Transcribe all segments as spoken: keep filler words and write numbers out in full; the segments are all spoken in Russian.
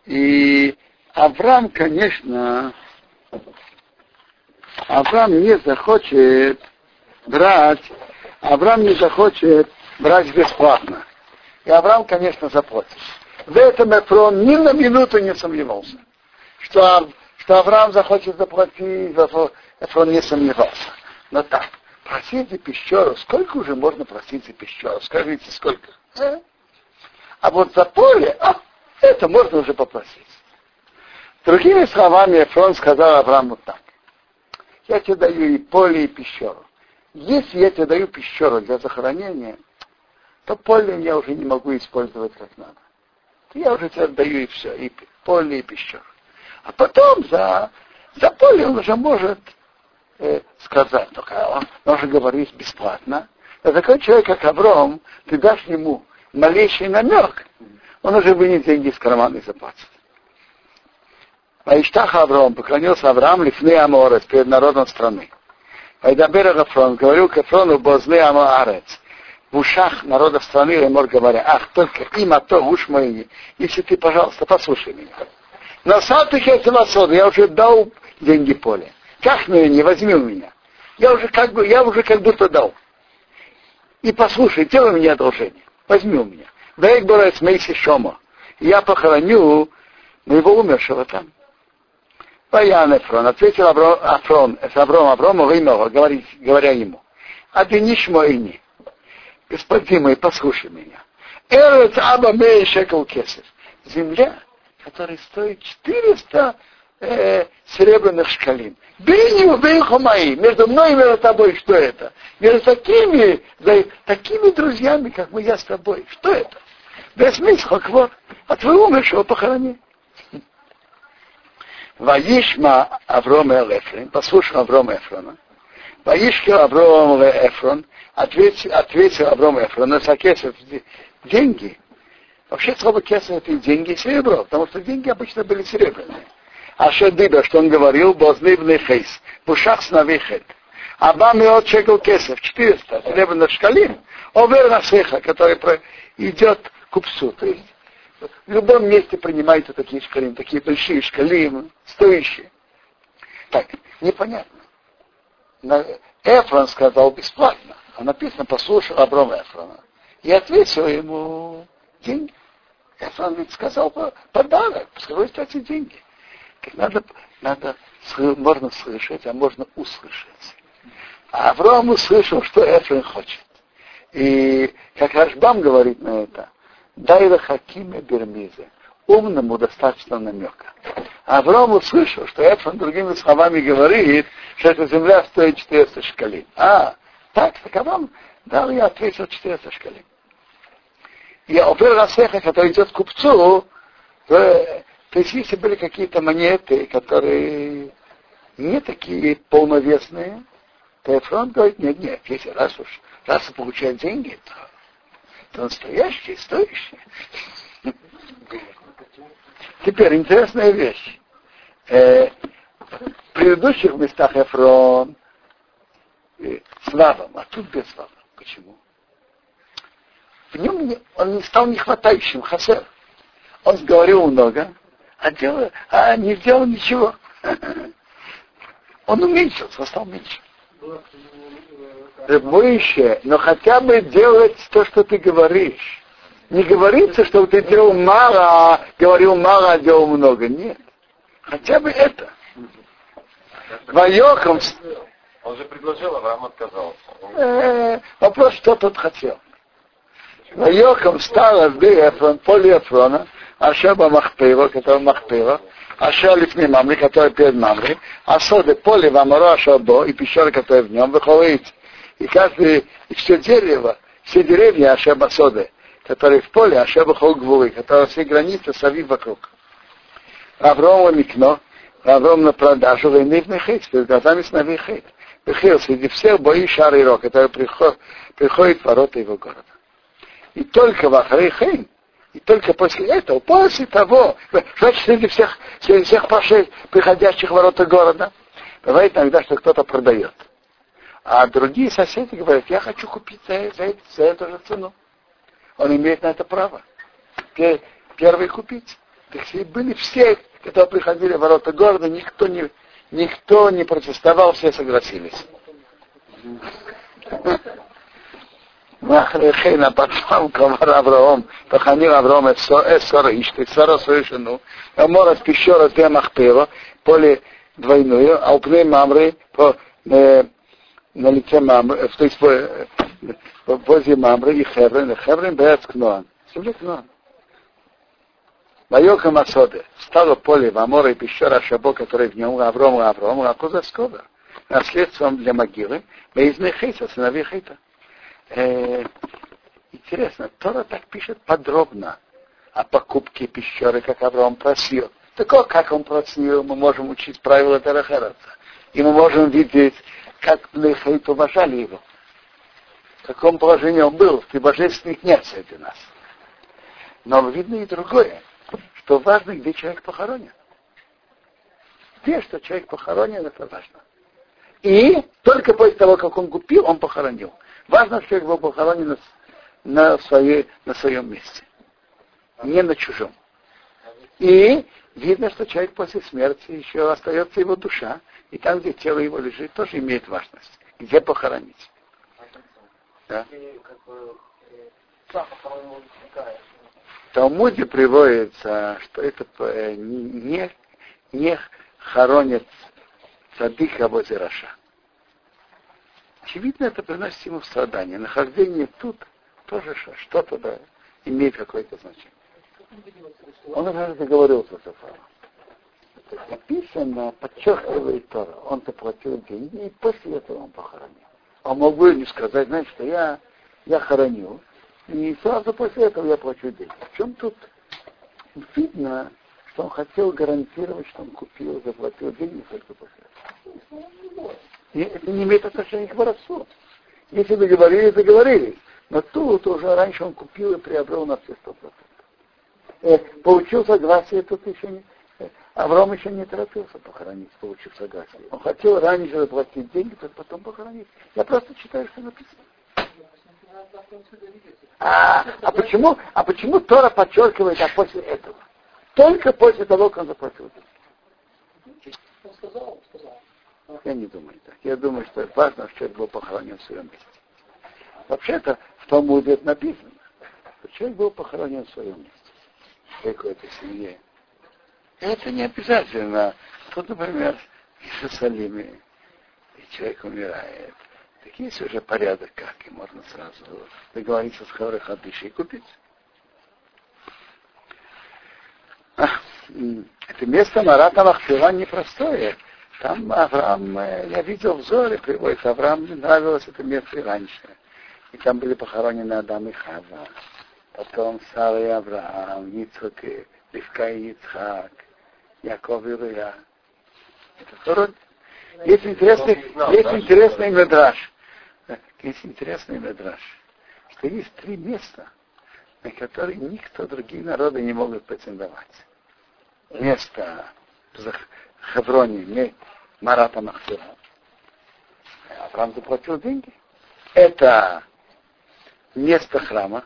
И Авраам, конечно, Авраам не захочет брать, Авраам не захочет брать бесплатно. И Авраам, конечно, заплатит. В этом Эфрон ни на минуту не сомневался. Что, что Авраам захочет заплатить, Эфрон не сомневался. Но так, просить за пещеру, сколько уже можно просить за пещеру? Скажите, сколько? А, а вот за поле, а, это можно уже попросить. Другими словами, Эфрон сказал Аврааму так. Я тебе даю и поле, и пещеру. Если я тебе даю пещеру для захоронения, то поле я уже не могу использовать как надо. Я уже тебе даю и все, и поле, и пещеру. А потом за, за поле он уже может э, сказать, только он может говорить бесплатно. А такой человек, как Авраам, ты дашь ему малейший намек, он уже вынет деньги из кармана и заплатит. Ваиштах Авраам, поклонился Авраам лифней Аморец, перед народом страны. Вайдабер Эфрон, говорил к Эфрону бозле Аморец, в ушах народа страны, Лемор говоря, ах, только им, а то уж мои, если ты, пожалуйста, послушай меня. На салтыке Тимасода я уже дал деньги поле. Как меня не возьми у меня? Я уже как бы, я уже как будто дал. И послушай, делай мне одолжение. Возьми у меня. Дай говорит Мейси Шома. Я похороню моего умершего там. Ваян Эфрон, ответил Афрон, Авром Аврому, говоря, говоря ему, а ты не шмойни, господин мой, послушай меня. Эрец аба мей шекел кесев. Земля, которая стоит четыреста э, серебряных шкалин. Бей его, бей мои, между мной и между тобой, что это? Между такими, да, такими друзьями, как мы, я с тобой, что это? Да смесь хоквор, а твоего умершего похорони. Ваишма Авром Эфрон, послушал Авром Эфрона. Ваишка Авром Эфрон, ответил, ответил Авром Эфрон, за кесов деньги. Вообще слово кесов это и деньги, и серебро, потому что деньги обычно были серебряные. А Шедиба, что он говорил, бознивный фейс, в ушах сновей хет. Абами от шекел кесов, четыреста серебряных шкалин, овер на свеха, который идет к купцу. То есть в любом месте принимаются такие шкалины, такие большие шкалины, стоящие. Так, непонятно. Эфрон сказал бесплатно, а написано, послушал Авром Эфрона. И ответил ему деньги. Эфрон ведь сказал подарок, пускай тратить деньги. Надо, надо, можно слышать, а можно услышать. А Авром услышал, что Эфрон хочет. И как Рашбам говорит на это, дай хакиме бермизе. Умному достаточно намека. Авраам услышал, что Эфрон другими словами говорит, что эта земля стоит четыреста шкалин. А, так, так Авраам дал, я ответил четыреста шкалин. И опер Расеха, который идет к купцу, то, то есть если были какие-то монеты, которые не такие полновесные, то Эфрон говорит, нет, нет, если раз уж, раз он получает деньги, то то настоящий, стоящий. Теперь интересная вещь. Э, в предыдущих местах Эфрон э, с вавом, а тут без вава. Почему? В нем не, он не стал нехватающим, хасер. Он говорил много, а, делал, а не сделал ничего. Он уменьшился, стал меньше. Больше, но хотя бы делать то, что ты говоришь. Не говорится, что ты делал мало, а говорил мало, а делал много. Нет. Хотя бы это. Вайоком... Он же предложил, Авраам отказался. Э, вопрос, что тот хотел. Вайоком стало в Эфрон, поле Эфрона, Ашеба Махпева, который Махпева, Аша Лифни Мамри, который перед Мамри, Асоды, поле Вамаро Ашабо, и пещера, которая в нем, выходит. И каждый, и все дерево, все деревья Ашеба Соды, которые в поле, Ашеба Холгвулы, которые все границы сови вокруг. Авром Микно, Авром на продажу, Вейнивный Хейт, перед глазами сновей Хейт. Прихил среди всех бои Шары Ро, которые приходят, приходят в ворота его города. И только в Ахрей Хейм, и только после этого, после того, значит, среди всех, среди всех приходящих в ворота города, бывает иногда, что кто-то продает. А другие соседи говорят, я хочу купить за, за, за эту же цену. Он имеет на это право. Первый купить. Так все были все, которые приходили в ворота города, никто не, никто не протестовал, все согласились. Махрехейна потом ковар Авраам, поханил Авраам эссора ишты, сора свою жену, Амора с пещера для Махпева, поле двойную, а у пней Мамры по на лице Мамры, то есть возле Мамры и Хеврен, и Хеврен бэц Кноан. Земля Кноан. Майока Масоде, стало поле в Амора и пещера Шабо, который в нем Авраам, Авраам, а коза скода, наследством для могилы, Мейзны Хейта, сыновей Хейта. Э, интересно, Тора так пишет подробно о покупке пещеры, как Авраам просил. Такое, как он просил, мы можем учить правила Терахераца. И мы можем видеть, как Лехейт уважали его. В каком положении он был, в божественных нет среди нас. Но видно и другое, что важно, где человек похоронен. Где, что человек похоронен, это важно. И только после того, как он купил, он похоронил. Важно, что человек был похоронен на, своей, на своем месте, не на чужом. И видно, что человек после смерти еще остается его душа, и там, где тело его лежит, тоже имеет важность. Где похоронить. Да? В Талмуде приводится, что это не, не хоронят цадыка возле Раша. Очевидно, это приносит ему страдания. Нахождение тут тоже что-то да, имеет какое-то значение. Он уже договорился с Рафаэлем. Написано, подчеркивает Тора. Он заплатил деньги, и после этого он похоронил. Он мог бы не сказать, знаешь, что я, я хороню, и сразу после этого я плачу деньги. В чем тут видно, что он хотел гарантировать, что он купил, заплатил деньги только после этого. И это не имеет отношения к воровству. Если договорились, договорились. Но тут уже раньше он купил и приобрел на все сто процентов. Э, получил согласие, тут еще не... Авраам еще не торопился похоронить, получив согласие. Он хотел раньше заплатить деньги, только потом похоронить. Я просто читаю, что написано. А, а, почему, а почему Тора подчеркивает, а после этого? Только после того, как он заплатил деньги. Он сказал, он сказал. Я не думаю так. Я думаю, что важно, что человек был похоронен в своем месте. Вообще-то в Талмуде это написано, что человек был похоронен в своем месте. В какой-то семье. Это не обязательно. Тут, например, в Иерусалиме человек умирает. Так есть уже порядок, как, и можно сразу договориться с Хаврой Хадышей и купить. А, это место Марата Махпила непростое. Там Авраам, я видел в Зоре, приводит, Аврааму нравилось это место и раньше. И там были похоронены Адам и Хава. Потом Сара и Авраам, Ицхак и Ривка и Ицхак, Яков и Лея. Есть интересный, знал, есть да, интересный медраж. Есть интересный медраж. Что есть три места, на которые никто, другие народы не могут претендовать. Место в Хевроне, Марата Махпила. Авраам заплатил деньги. Это место храма.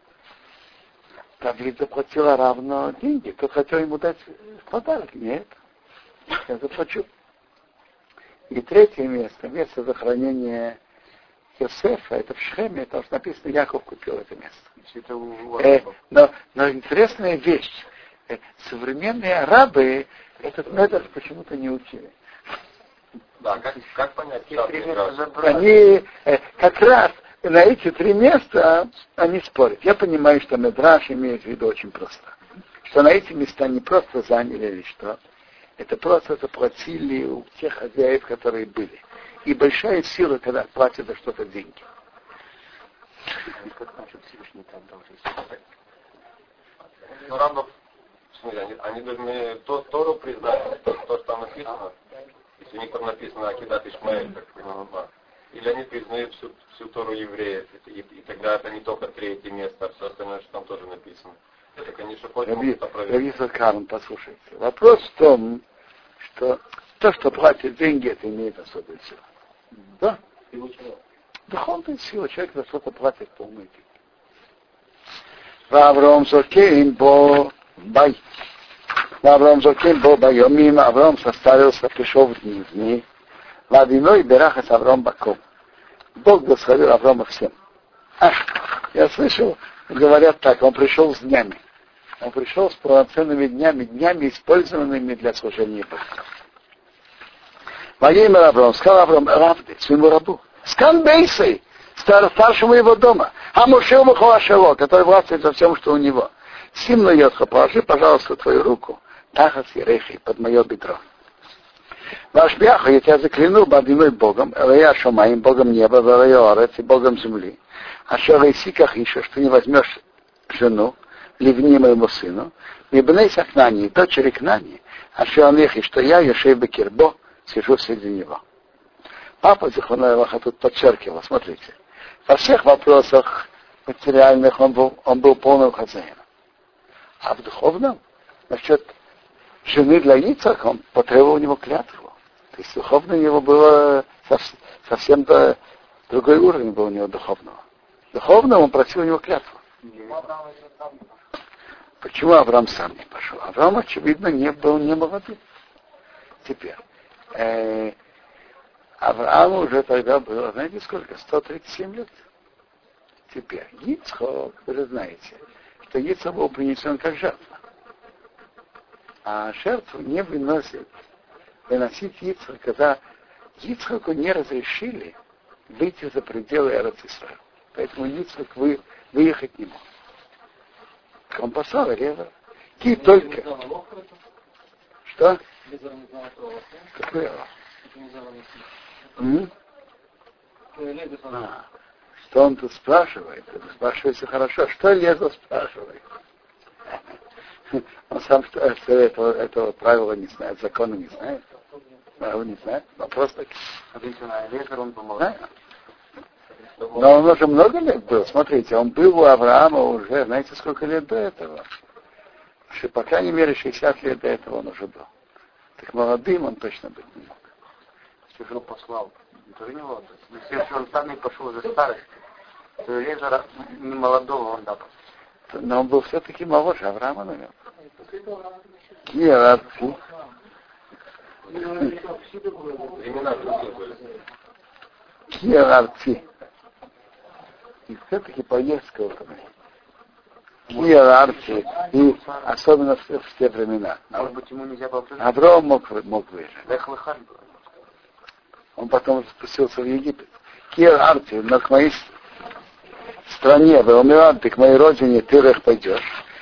Давид заплатила равно деньги. Кто хотел ему дать подарок? Нет. Я заплачу. И третье место, место захоронения Йосефа, это в Шхеме, потому что написано, Яков купил это место. Э, но, но интересная вещь. Э, современные арабы этот метод почему-то не учили. Да, как, как понять? Они э, как раз на эти три места они спорят. Я понимаю, что Медраш имеет в виду очень просто. Что на эти места не просто заняли или что. Это просто заплатили у тех хозяев, которые были. И большая сила, когда платят за что-то деньги. Ну, рабов, в смысле, они, они должны то, Тору признать, то, то, что там написано. Если у них там написано Акидат Ишмаэль, как понимаю, или они признают всю, всю Тору евреев, и, и тогда это не только третье место, а все остальное, что там тоже написано. Так они же хоть могут опроверить. Рависа Карн, послушайте. Вопрос в том, что то, что платит деньги, это имеет особую силу. Да? Духовная сила. Человек за что-то платит полные деньги. Авраам Зокейн бо бай. Авраам Зоким был Байомим, Авраам состарился, пришел в дни, в дни. Ладиной Берахас Авраам Баком. Бог благословил Авраама всем. А, я слышал, говорят так, он пришел с днями. Он пришел с полноценными днями, днями, использованными для служения Богу. Ваимер Авраам, сказал Авраам, Равде, своему рабу, Скан Бейсей, старшему его дома, а Мушеву Хоашево, который властвует за всем, что у него. Симно Йотха, положи, пожалуйста, твою руку, Тахас и Рейхи, под мое бедро. Ваш бяха, я тебя заклянул бадиной Богом, Элея Шамаим, Богом неба, Элея Орец и Богом земли. А что Рейсиках еще, что не возьмешь жену, Ливни моему сыну, и бней Сахнани, дочери Кнани, а что он их, и что я, Ешей Бекирбо, сижу среди него. Папа Зихвана Илаха тут подчеркивал, смотрите, во всех вопросах материальных он был, он был полным хозяином. А в духовном, насчет жены для Ицхака, он потребовал у него клятву. То есть духовно у него было совсем другой уровень был у него духовного. Духовно он просил у него клятву. Почему Авраам сам не пошел? Авраам, очевидно, не был не молодым. Теперь. Э, Аврааму уже тогда было, знаете сколько? сто тридцать семь лет. Теперь. Ицхак, вы же знаете, что Ицхак был принесен как жертва. А жертву не выносит, выносить Ицхак, когда Ицхаку не разрешили выйти за пределы Эрец-Исраэля. Поэтому Ицхак вы, выехать не мог. Он послал Рева. Ки только... Что? Какой Аллах? А, что он тут спрашивает? Это спрашивается хорошо. Что Леза спрашивает? Он сам что, что этого, этого правила не знает, закона не знает. Правила не знает. Вопрос такой. Он помогает. Но он уже много лет был. Смотрите, он был у Авраама уже, знаете, сколько лет до этого? Что, по крайней мере, шестьдесят лет до этого он уже был. Так молодым он точно быть не мог. Чужого послал. Тоже не молодой. Если он сам не пошел за старость, то Лезера не молодого он дал. Но он был все-таки моложе Авраама, наверное. Киарци. Киарци. И все-таки поездка вот она. Киарци. И особенно в, в те времена. Может быть, ему нельзя было... Авраам мог, мог выжить. Лехлыхан. Он потом спустился в Египет. Киарци, на к моей стране, в Умиран, ты к моей родине, ты их пойдешь.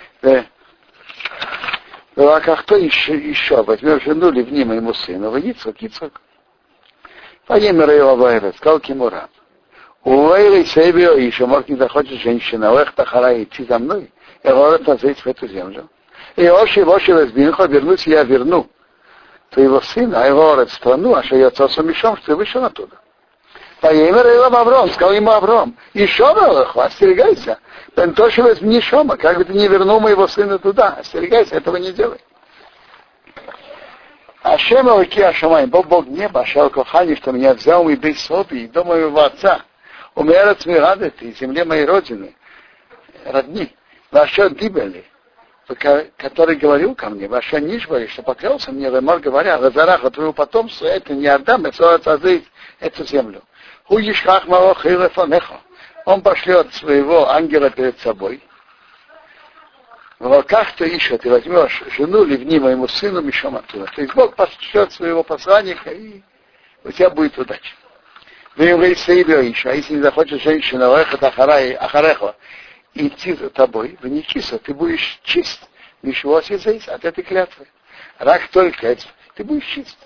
А как кто еще, еще возьмешь жену Ливни моему сыну, в Ицхак, Ицхак. Поемер его Вайра, сказал Кимура. У Вайры себе еще, может, не захочет женщина, у Эхта Хара идти за мной, и говорит, назыть в эту землю. И Оши, Оши, Разбинхо, вернусь, я верну твоего сына, а его говорит, в страну, а что я отцом мешом, что ты вышел оттуда. Поемер его Авром, сказал ему Авром, еще было, остерегайся. Пентоши возьми Шома, как бы ты не вернул моего сына туда, остерегайся, этого не делай. Ашем Алаки Ашамай, Бог Бог неба, Ашел Кохани, что меня взял мой бей соби, и дом моего отца, умерец мы радости, земле моей родины, родни, Ваша Дибели, который говорил ко мне, Ваша Нишбали, что поклялся мне, Вемар говоря, Лазараха, твоего потомства, это не отдам, это эту землю. Хуишхах Маох и Лефанеха. Он пошлет своего ангела перед собой. В волках ты ищет, ты возьмешь жену Ливни моему сыну Мишом оттуда. То есть Бог пошлет своего посланника, и у тебя будет удача. Вы еще, а если не захочешь женщина Ахареха идти за тобой, вы не чисто, ты будешь чист. Ничего себе от этой клятвы. Рак только, ты будешь чист.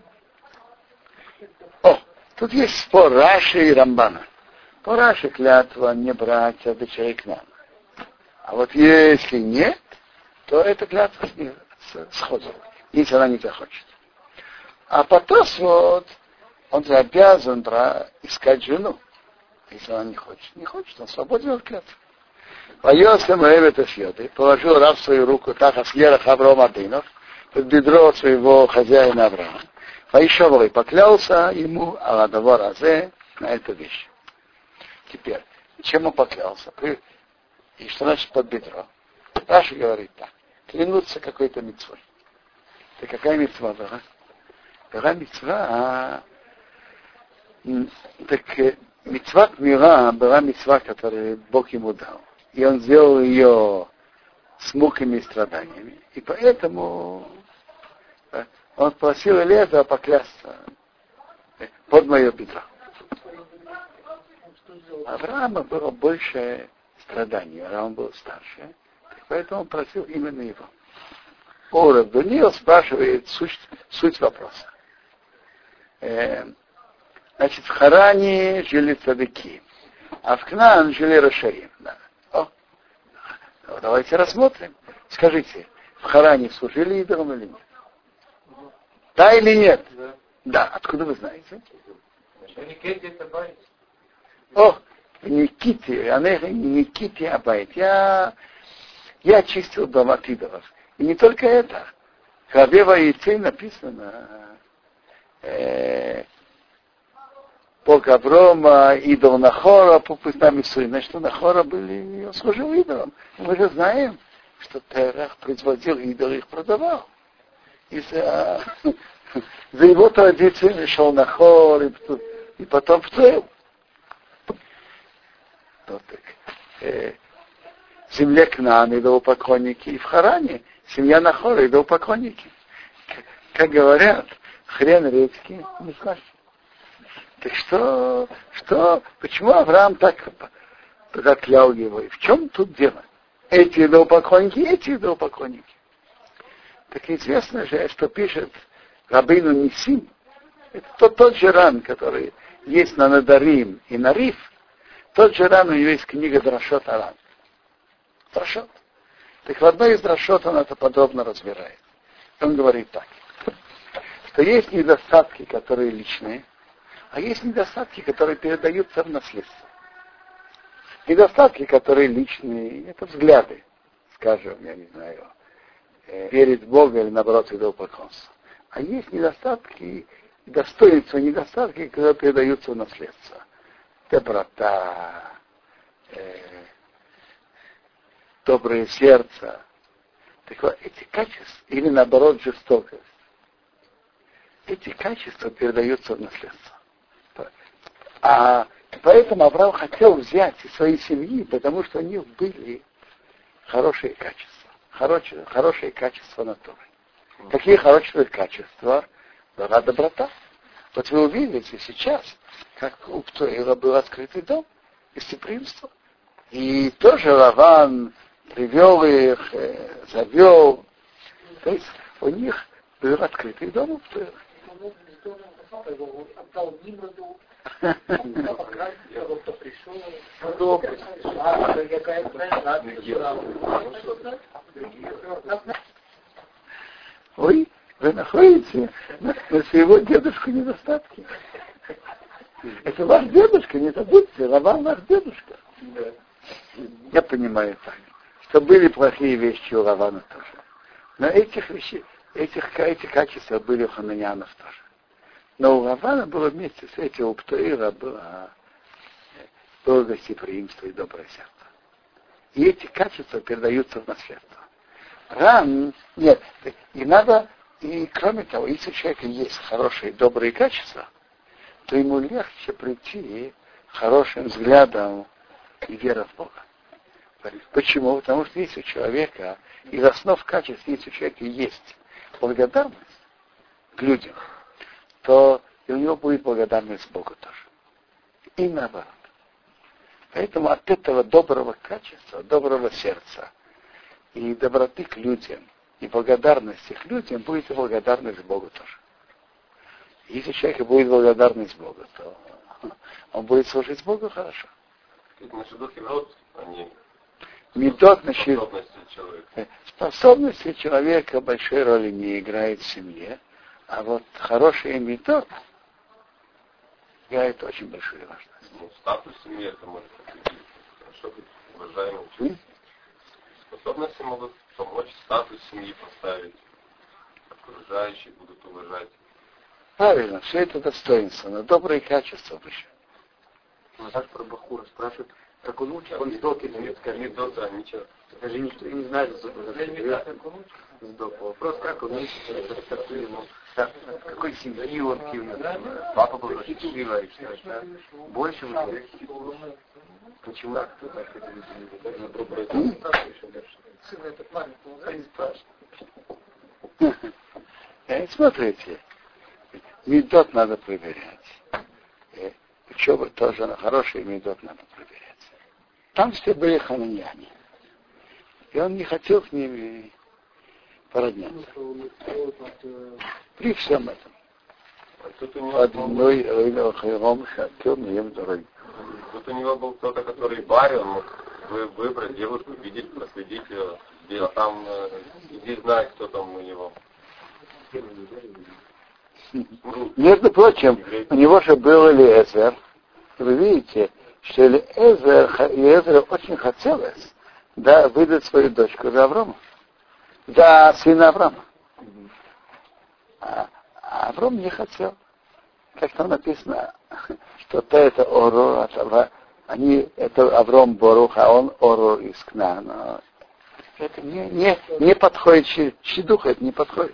О, тут есть спор Раши и Рамбана. По Раши клятва не брать от дочерей к нам. А вот если нет, то эта клятва сходит, если она не захочет. А потом вот он же обязан искать жену, если она не хочет. Не хочет, он свободен от клятвы. Поелся это съеды, положил раб свою руку, так асьерах Авраам Адинов, под бедро своего хозяина Авраама. Поишовый поклялся ему Аладавар Азе на эту вещь. Теперь, чем он поклялся? И что значит под бедро? Раши говорит так. Клянуться какой-то мицвой. Так какая мицва была? Была мицва, а... так мицва мира была мицва, которую Бог ему дал. И он сделал ее с муками и страданиями. И поэтому он просил Элиэзера поклясться под мое бедро. Авраама было больше страданий, Авраам был старше, поэтому он просил именно его. Орев Даниил спрашивает суть, суть вопроса. Э, значит, в Харане жили цадыки, а в Кнаан жили рашаим. Да. О, давайте рассмотрим. Скажите, в Харане служили идолам или нет? Да или нет? Да. Да. Откуда вы знаете? О, Никите, а не Никите Абайт. Я, я чистил дом от идолов. И не только это. В Хаве Ваицей написано э, Бог Аврома, идол Нахора, пусть нами суй. Значит, у Нахора были, он служил идолом. Мы же знаем, что Терах производил идол, их продавал. И за, за его традициями шел Нахор, и, и потом Птуэл. Вот так. Э, в земле Кнаан идолопоклонники, и в Харане семья Нахора идолопоклонники. Как, как говорят, хрен редьки не скажешь. Так что, что, почему Авраам так заклял его? И в чем тут дело? Эти идолопоклонники, эти идолопоклонники. Так известно же, что пишет Рабейну Нисим, это тот, тот же ран, который есть на Надарим и на Риф. Тот же ран, у него есть книга Драшот Аран. Драшот. Так в одной из Драшот он это подробно разбирает. Он говорит так, что есть недостатки, которые личные, а есть недостатки, которые передаются в наследство. Недостатки, которые личные, это взгляды, скажем, я не знаю, верить в Бога или наоборот идолопоклонство. А есть недостатки, достоинства, недостатки, которые передаются в наследство. Доброта, э, доброе сердце. Так вот, эти качества, или наоборот жестокость, эти качества передаются в наследство. А поэтому Авраам хотел взять из своей семьи, потому что у них были хорошие качества. Хорошие, хорошие качества натуры. Какие хорошие качества? Была доброта. Вот вы увидите сейчас, как у Птуэла был открытый дом, гостеприимство. И тоже Лаван привел их, э, завел. То есть у них был открытый дом у Птуэла. Отдал Нимроду, кто пришел, Ой, вы находите на, на своего дедушку недостатки. Это ваш дедушка, не забудьте, Лаван ваш дедушка. Я понимаю так, что были плохие вещи у Лавана тоже. Но этих вещей, этих, этих качеств были у Хананянов тоже. Но у Лавана было вместе с этим, у Птуэла было, было гостеприимство и доброе сердце. И эти качества передаются в наследство. Ран, нет, и надо, и кроме того, если у человека есть хорошие, добрые качества, то ему легче прийти хорошим взглядом и верой в Бога. Почему? Потому что если у человека, из основ качеств, если у человека есть благодарность к людям, то и у него будет благодарность Богу тоже. И наоборот. Поэтому от этого доброго качества, доброго сердца и доброты к людям, и благодарности к людям будет и благодарность Богу тоже. Если у человека будет благодарность Богу, то он будет служить Богу хорошо. Медот, значит, способности человека большой роли не играет в семье, а вот хороший медот играет очень большую важность. Ну, статус семьи это может определить. Хорошо быть уважаемым человеком. Способности могут помочь статус семьи поставить. Окружающие будут уважать. Правильно, все это достоинство, но добрые качества выше. Назад про Бахура спрашивают, как он учит, он сдох или нет, скажи. Не да, ничего. Даже никто не знает, что это. сдох. Вопрос, как он ему, какой семьи он кивнул. Папа был очень счастливый, да? Больше мы. Почему? Смотрите, медот надо проверять. Учеба тоже на хороший медот надо проверять. Там все были хананьяне. И он не хотел с ними породняться. При всем этом. Тут у него, Одной ойнохайром шатем ем дорогой. тут у него был кто-то, который барин, мог выбрать девушку, видеть, проследить ее, где там, иди знать, кто там у него. Между прочим, у него же был Элиэзер. Вы видите, что Элиэзер, Элиэзеру очень хотелось, да, выдать свою дочку за Аврома, за сына Авраама. А Авром не хотел. Как там написано, что то это Орор, а они, это Авром Борух, а он Орор из Кнаана. Это не, не, не подходит, щедух это не подходит.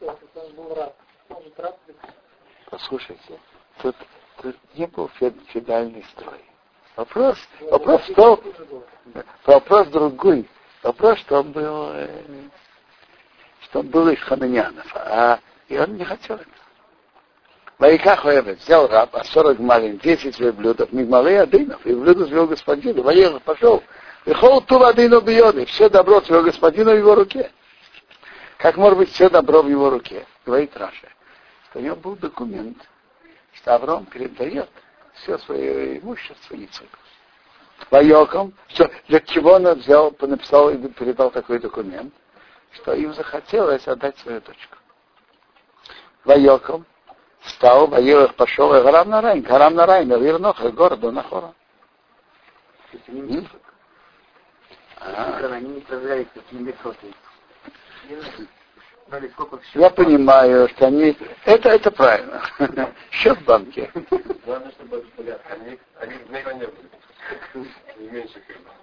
Послушайте, тут, тут не был феодальный строй. Вопрос, вопрос, что, вопрос другой. Вопрос, что он был, э, что он был из хананянов, а и он не хотел это. Ваиках Оэвет взял раб, а сорок малин, десять верблюдов, мигмалы адынов, и блюдо свел господину. Воел пошел, и хол ту адыну бьет, все добро своего господина в его руке. Как может быть все добро в его руке? Говорит Раша. У него был документ, что Авром передает все свое имущество Ицхаку. Вайоком, что для чего он взял, написал и передал такой документ, что им захотелось отдать свою дочку. Вайоком встал, Ваилах пошел, и Гарам на Райн, Гарам на Райн, верноха, городу Нахора. Они не проверяют, какие методы. Я понимаю, что они... Это, это правильно. Счет в банке. Главное, чтобы были, они, они никогда не были. Не меньше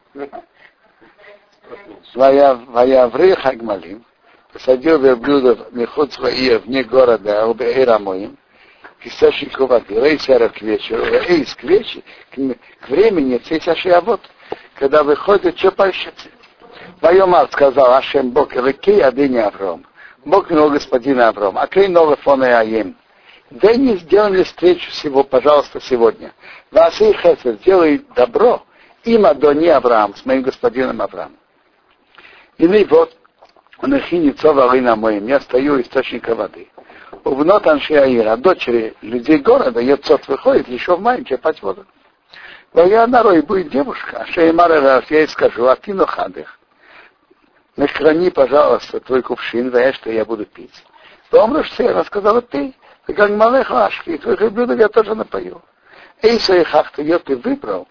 Ваявры Хагмалим посадил верблюдов мехот свои вне города, убеэра моим, к источнику воды, рейсера к вечеру, рейс к вечеру, к времени цейсаши вот, когда выходит чепальщицы. Вайомар сказал Ашем Бог, рекей адыни Авром. Бог его господина Авром, а крей новый фон и аем. Да не сделали встречу всего, пожалуйста, сегодня. Вас и хесед, сделай добро, им Адони Авраам, с моим господином Авраамом. И ну вот, он их не цовали на моем, я стою у источника воды. У внот Аншиаира, дочери людей города, Ецот выходит, еще в мае черпать воду. Но я нарой, будет девушка, а Шеймара раз, я ей скажу, а ты нохадых. Нахрани, пожалуйста, твой кувшин, знаешь, что я буду пить. Помнишь, что я сказала, ты, ты как малых ашки, и твоих блюдов я тоже напою. Эй, своих ахты, я ты выбрал.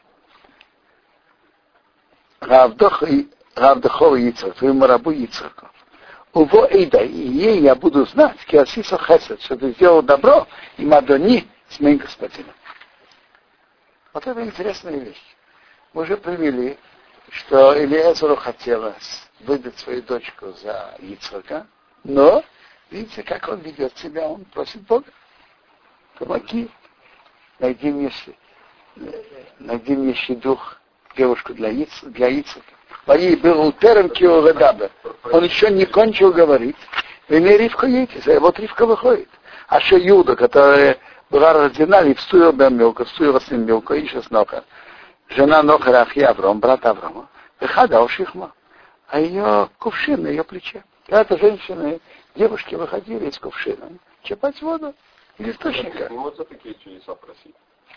Равдохова Ицхак, твоему рабу Ицхаку. Уво Эйда, и ей я буду знать, киасисо хесед, что ты сделал добро, и Мадони с моим господином. Вот это интересная вещь. Мы уже привели, что Элиэзеру хотелось выдать свою дочку за Ицхака, но, видите, как он ведет себя, он просит Бога. Помоги, найди мне, найди мне щедух, девушку для Ицхака. Для Ицхака. Моей был утерем киоведабе. Он еще не кончил говорить. И не Ривка едете, а вот Ривка выходит. А что Юда, которая была рождена, и встуила бы Милка, встуила сын Милка, и сейчас Нохар. Жена Нохара Ахи Авром, брат Аврома. Выхода Шихма. А ее кувшин на ее плече. Когда-то женщины, девушки выходили из кувшина, черпать воду из источника. Не может за такие чудеса просить.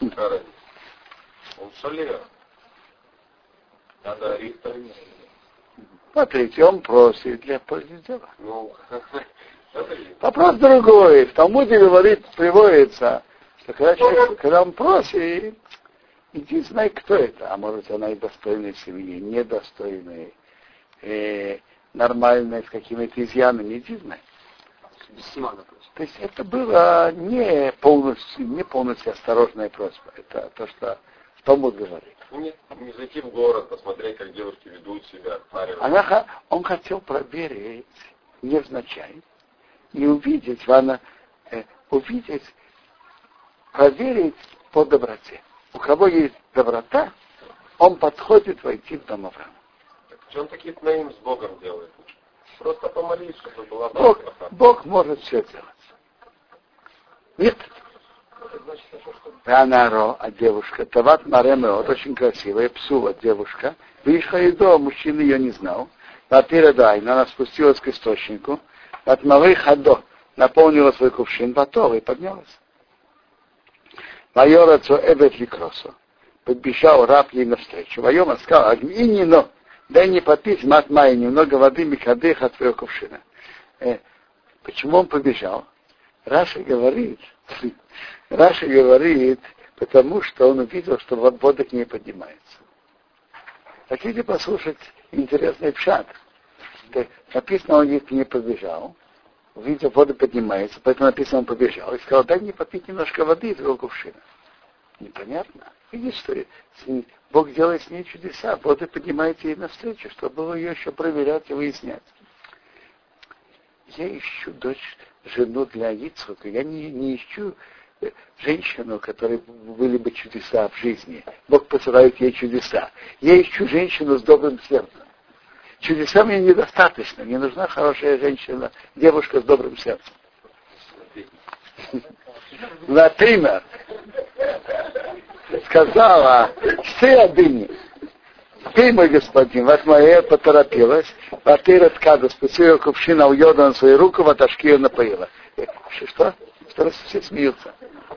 Он шалер. Надо Ривка. Смотрите, он просит для пользы дела. Ну, вопрос другой. В Талмуде говорит, приводится, что когда, человек, когда он просит, иди знай, кто это. А может, она и достойной семьи, недостойной, э, нормальной, с какими-то изъянами, иди знай. То есть это было не полностью, не полностью осторожная просьба. Это то, что Талмуд говорит. Не, не зайти в город, посмотреть, как девушки ведут себя. Она, он хотел проверить, невзначай и увидеть, ванна, э, увидеть, проверить по доброте. У кого есть доброта, он подходит войти в дом Авраама. Что он такие тнаим с Богом делает? Просто помолись, чтобы была Бог, Бог может все делать. Нет. Ранаро, а девушка, Тават Маремео, очень красивая, Псула девушка, Вишхаидо, мужчина ее не знал, Ватирадай, она спустилась к источнику, от Малый Хадо, наполнила свой кувшин, Батова и поднялась. Майора Цо Эбет Ликросо, подбежал раб ей навстречу. Вайома сказал, Агминино, дай не попить мат май, немного воды Микадеха от твоего кувшина. Э, почему он побежал? Раша говорит, Раша говорит, потому что он увидел, что вода к ней поднимается. Хотите послушать интересный пшат? Написано, он к ней побежал, увидел, вода поднимается, поэтому написано, он побежал и сказал, дай мне попить немножко воды из твоего кувшина. Непонятно. Видишь, что Бог делает с ней чудеса, вода поднимается ей навстречу, чтобы было ее еще проверять и выяснять. Я ищу дочь, жену для Ицхака. Я не, не ищу женщину, у которой были бы чудеса в жизни. Бог посылает ей чудеса. Я ищу женщину с добрым сердцем. Чудеса мне недостаточно. Мне нужна хорошая женщина, девушка с добрым сердцем. Например, сказала, все одыни. Ты, мой господин, вот моя поторопилась, а ты раткада спустила кувшина у йода на свою руку, вот ашки ее напоила. Что? Что все смеются?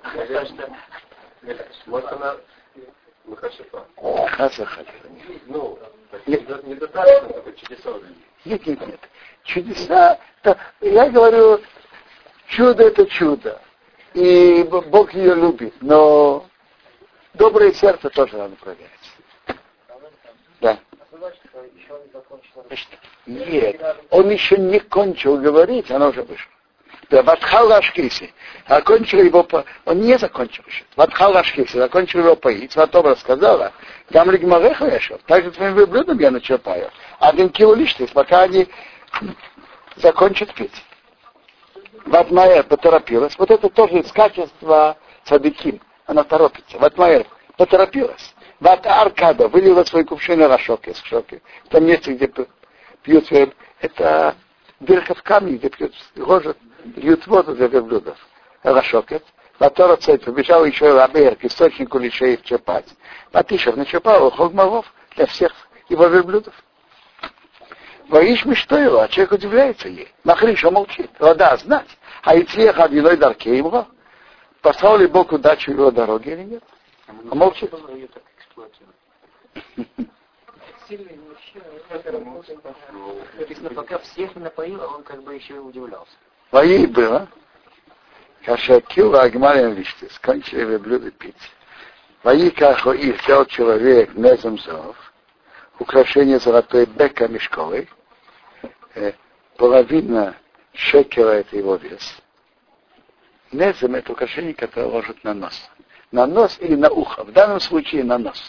Может, она Махашифа? Хасахали. Ну, недостаточно такой чудеса. Нет, нет, нет. Чудеса, да, я говорю, чудо это чудо. И Бог ее любит, но доброе сердце тоже надо проверять. Да. Нет, он еще не кончил говорить, она уже вышла. Да, Ватхал Ашкиси. Окончил его, он не закончил еще. Ватхал Ашкиси, закончил его поить. Ватова рассказала, там Лигмареха я шел, также твоим верблюдом я начерпаю. Один кило лишних, пока они закончат пить. Ватмаэр поторопилась. Вот это тоже из качества цадыким. Она торопится. Ватмаэр поторопилась. Вата Аркада вылила свой кувшин на Рашоке, с шоке. Там место, где пьют, это дырка в камне, где пьют, ложат, льют воду для верблюдов. Рашокет. Ватора цель побежал еще Рабер к источнику лишей черпать. Ватишев начерпал хогмаров для всех его верблюдов. Воишь мы что его, а человек удивляется ей. Махриша молчит. Вода знать. А и цвех одиной дарке его. Послал ли Бог удачу его дороге или нет? А молчит. Написано, пока всех не напоил, он как бы еще и удивлялся. Воей было. Кашакил Агмарин Лишти. Скончили верблюды пить. Воей кахо и взял человек мезомзов. Украшение золотой бека мешковой. Э, половина шекера — это его вес. Незем — это украшение, которое ложат на нос. На нос или на ухо. В данном случае на нос.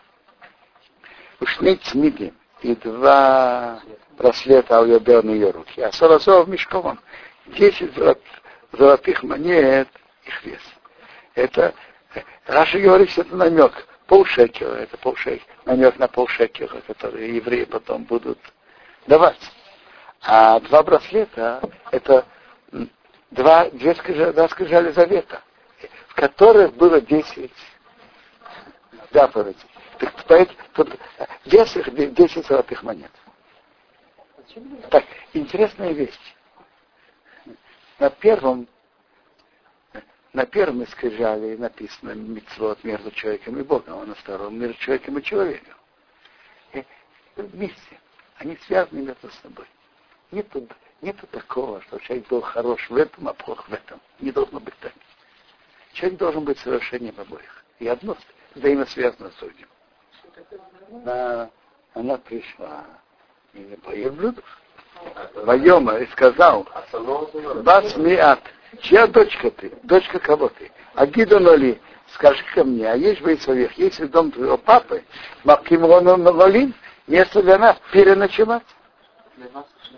Ушни цмиди и два браслета алюбер на ее руки. А сорозов мешковом десять золотых монет их вес. Это, Раша говорит, что это намек. Полшекера, это полшекера, намек на полшекера, которые евреи потом будут давать. А два браслета — это два, две скрижали, два скрижали завета, в которых было десять заповедей. Так, тут вес их десять золотых монет. Так, интересная вещь. На первом На первом скрижале написано мицвот между человеком и Богом, а на втором между человеком и человеком. И вместе. Они связаны между собой. Нету, нету такого, что человек был хорош в этом, а плох в этом. Не должно быть так. Человек должен быть совершеннем обоих. И одно взаимосвязано с другим. Она, она пришла и не поел блюдов. Вайома и сказал, бас миат. Чья дочка ты? Дочка кого ты? А Гидоноли, скажи-ка мне, а есть в Исавих, есть ли дом твоего папы, Макимроном Навалин, место для нас переночевать?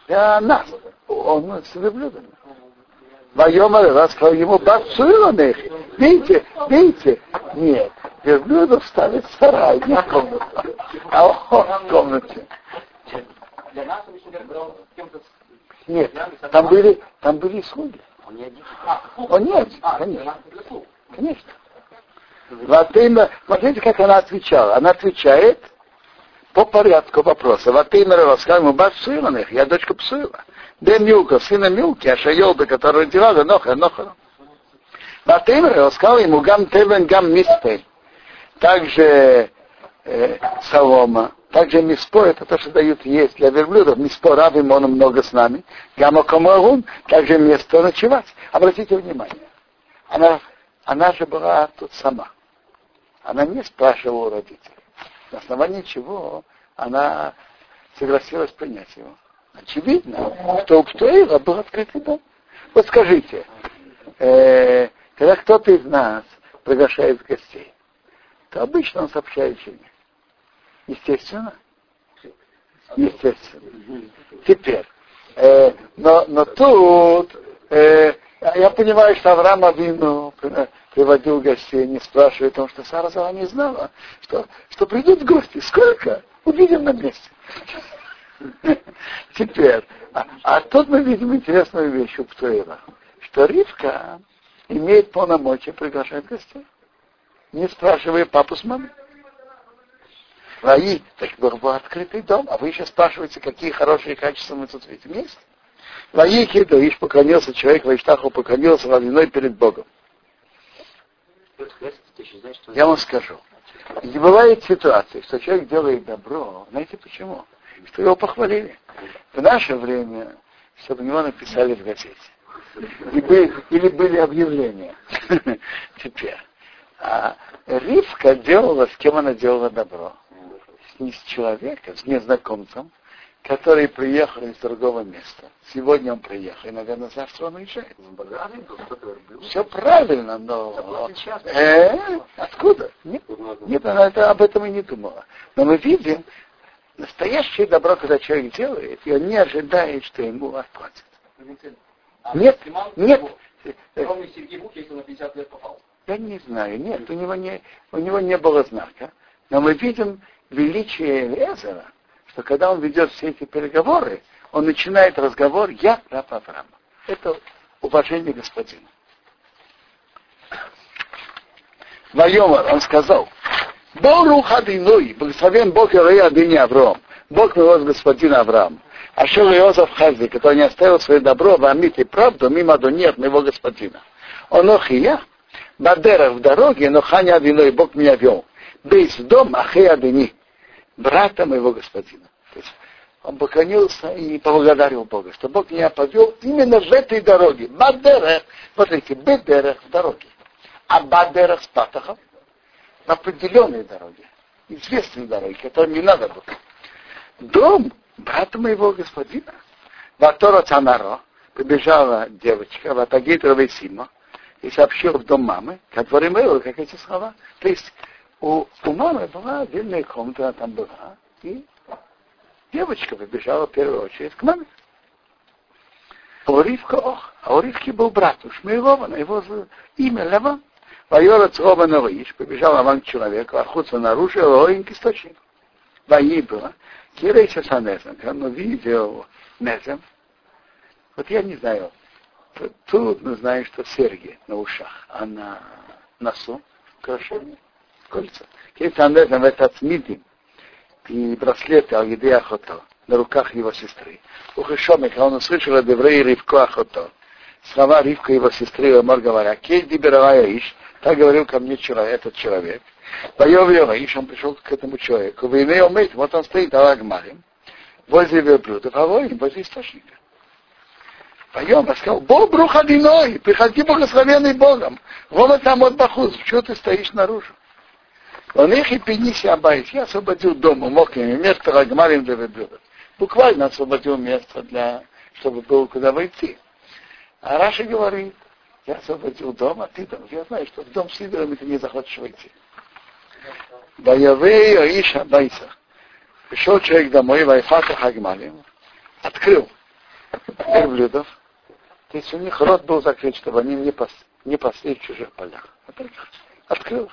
для нас. Он с верблюдами. Вайомар рассказал ему бацуиланных. Видите, видите? Нет, верблюдов ставят в сарай, не в комнату, а в комнате. Для нас он еще брал кем-то. Нет, там были, там были слуги. Он не один. Он не один, конечно. Конечно. Ватеймер, смотрите, как она отвечала. Она отвечает по порядку вопроса. Ватеймер рассказал ему бацуиланных. Я дочка Псуила. Де Милка, сына Милки, а Шайолда, который родила, Ноха, Ноха. Ватеймер рассказал ему гам тевен, гам миспей. Также э, солома, также миспо, это то, что дают есть для верблюдов. Миспо равим, он много с нами. Гам окомагун, также место ночевать. Обратите внимание. Она, она же была тут сама. Она не спрашивала у родителей. На основании чего она согласилась принять его. Очевидно, что у Птуэла был открытый дом. Вот скажите, э, когда кто-то из нас приглашает гостей, то обычно он сообщает жене. Естественно. Естественно. Теперь. Э, но, но тут э, я понимаю, что Авраам Авину приводил гостей, не спрашивая о том, что Сара Зара не знала, что, что придут гости. Сколько? Увидим на месте. Теперь, а, а тут мы видим интересную вещь у Птуэла, что Ривка имеет полномочия приглашать гостей, не спрашивая папу с мамой. Раи, так был, был открытый дом, а вы еще спрашиваете, какие хорошие качества мы тут видим. Есть? Раи Киду, Иш поклонился, человек Вайштаху поклонился равниной перед Богом. Я вам скажу. И бывает ситуация, что человек делает добро, знаете почему? Что его похвалили. В наше время, чтобы него написали в газете. И были, или были объявления. Теперь. А Ривка делала, с кем она делала добро? С, с человеком, с незнакомцем, который приехал из другого места. Сегодня он приехал, и, наверное, завтра он уезжает. Все правильно, но... Э, откуда? Нет, нет, она это, об этом и не думала. Но мы видим, настоящее добро, когда человек делает, и он не ожидает, что ему отплатят. Нет, нет. Кроме Сергея Бук, если на пятьдесят лет попал. Я не знаю, нет, у него не, у него не было знака. Но мы видим величие Элиэзера, что когда он ведет все эти переговоры, он начинает разговор «Я раб Авраама». Это уважение господина. Вайомар, он сказал, Борух Адиной, благословен Бог Ирей Адини Авраам, Бог моего господина Авраама, Ашер Иозеф Хази, который не оставил свое добро, вамит и правду, мимо до нет моего господина. Он ох и я, Бадерах в дороге, но Ханя Адиной, Бог меня вел. Бейс в дом, Ахей Адини, брата моего господина. То есть он поклонился и поблагодарил Бога, что Бог меня повел именно в этой дороге. Бадерах, смотрите, Бедерах в дороге. А Бадерах с Патахом на определенной дороге, известной дороге, которой не надо было. Дом брата моего господина. Ватора Цанаро, побежала девочка, Ватагит Равесима, и сообщила в дом мамы, который мыл, как эти слова. То есть у, у мамы была отдельная комната, она там была, и девочка побежала в первую очередь к маме. А у Ривка, ох, а у Ривки был брат, у Шмейлова, на его имя Леван. Вайора Црова Наваиш, побежал Лаван к человеку, охотился наружу, Лоин к источнику. Ваи было. Кирейся Санезем, он увидел Незем. Вот я не знаю, тут мы знаем, что серьги на ушах, а на носу украшения, кольца. Кирейся Незем это цмидим и браслеты Ал-Еды Ахото на руках его сестры. Ухешомик, он услышал от еврея Ривко Ахото. Слова Ривка его сестры, Омар говоря, Кейт Диберавая Иш, так говорил ко мне человек, этот человек. Поев Иш, он пришел к этому человеку. Вы имеете умыть, вот он стоит, Алагмарим, возле верблюдов, а воин возле источника. Поем, я сказал, Бог брух одиной, приходи благословенный Богом. Вон там от Бахуз, почему ты стоишь наружу? Он их и пениси обоих. Я освободил дом, мог им место Алагмарим для верблюдов. Буквально освободил место, для, чтобы было куда войти. А Раши говорит, я освободил дом, а ты там, я знаю, что в дом с идолами ты не захочешь войти. Боявей Иша Байса. Пришел человек домой, Вайфата Хагмалим, открыл верблюдов. То есть у них рот был закрыт, чтобы они не, пас, не пасли в чужих полях. Открыл их.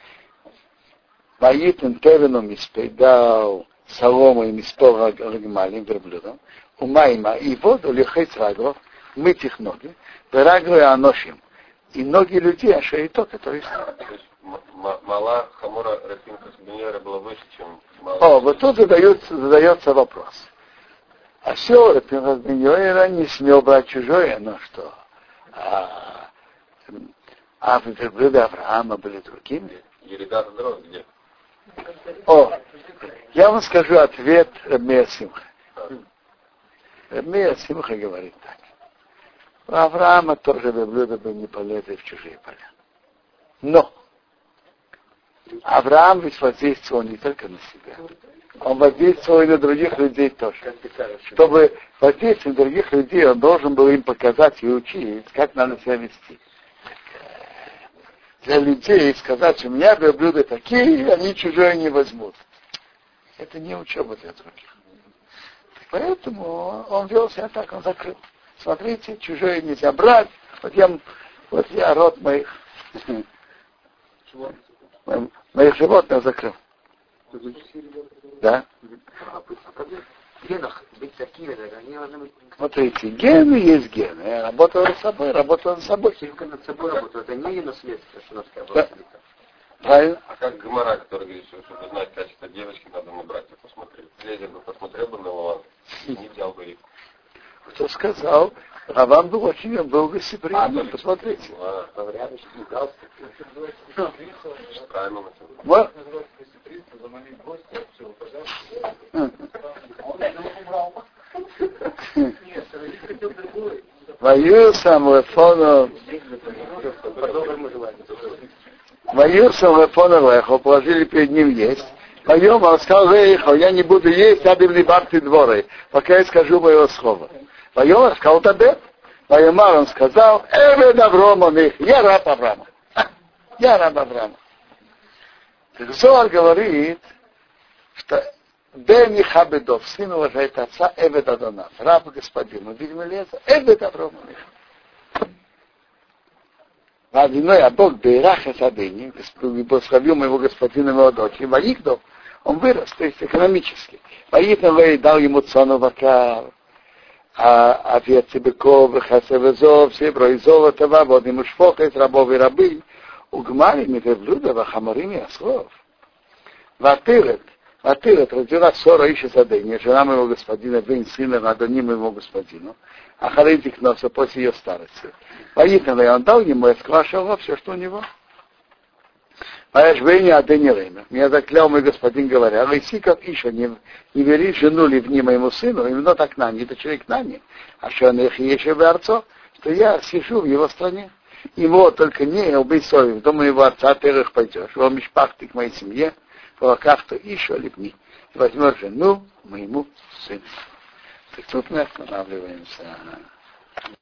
Ваитен Тевену Миспей дал солому и миспо рагмалим верблюдам, умайма и воду лихать рагов, мыть их ноги, рагу и аношим, и ноги людей, а шеито, которые... Мала хамора рапинка субиньера была выше, чем мала... О, вот тут задается, задается вопрос. Осел рапинка субиньера не смел брать чужое, но что? А, а верблюды Авраама были другими? Ереда здоров где? О, я вам скажу ответ Рабмея Симха. Рабмея Симха говорит так. У Авраама тоже верблюды бы не полезли в чужие поля. Но Авраам ведь воздействовал не только на себя. Он воздействовал и на других людей тоже. Чтобы воздействовать на других людей, он должен был им показать и учить, как надо себя вести. Для людей сказать, у меня верблюды такие, они чужое не возьмут. Это не учеба для других. Поэтому он вел себя так, он закрыл. Смотрите, чужое нельзя брать. Вот я, вот я рот моих, моих животных закрыл. Да? В генах быть такими, они должны быть... Смотрите, гены есть гены. Я работаю над собой, работаю над собой. Только над собой работают, это не наследство, что надо сказать. Правильно? А как Гомора, который говорит, что чтобы знать качество девочки, надо на братьев посмотреть. Лезер бы посмотрел бы на Лаван, не взял бы их. Кто сказал? Раван был очень, он был гостеприимным, посмотрите. Вот. Вою сам Лефону, Вою сам Лефону Лехо, положили перед ним есть. Поем, он сказал, я не буду есть, адым барты дворы, пока я скажу моего слова. Поем, сказал Табет. Ваемар, он сказал, Эвед Аврома, я раб Авраама. Я раб Авраама. Зоар говорит, что Бен Хабедов, сын уважает отца, Эвед Адонав, раб господину. Видимо ли это? Эвед Аврома. А виной, а Бог Бейрах Эсадыни, благословил моего господина, моего дочери, Ваикдов, он вырос, то есть экономически. Ваикдов дал ему цону вакар, а овец и быков, хасев и зов, серебро и золото, воды мушфохет, рабов и рабы, угмарими верблюда, вахамарими ослов. Ватырет, Ватырет родила Сора Иша Садыни, жена моего господина, бен сына, Адоним моего господину, а Харитик носа после ее старости. Воитно, и он дал ему, и скрашивал все, что у него. Поэшбейни Адыни Рейна. Меня заклял мой господин, говоря, Лыси, как Иша, не, не бери жену ливни моему сыну, именно так на не дочери к нане, а что он их еще в арцо, что я сижу в его стране. Его только не убей совесть, в дом моего отца ты их пойдешь, его мишпахты к моей семье, в руках то еще ливни. Возьмешь жену моему сыну. Так тут мы останавливаемся.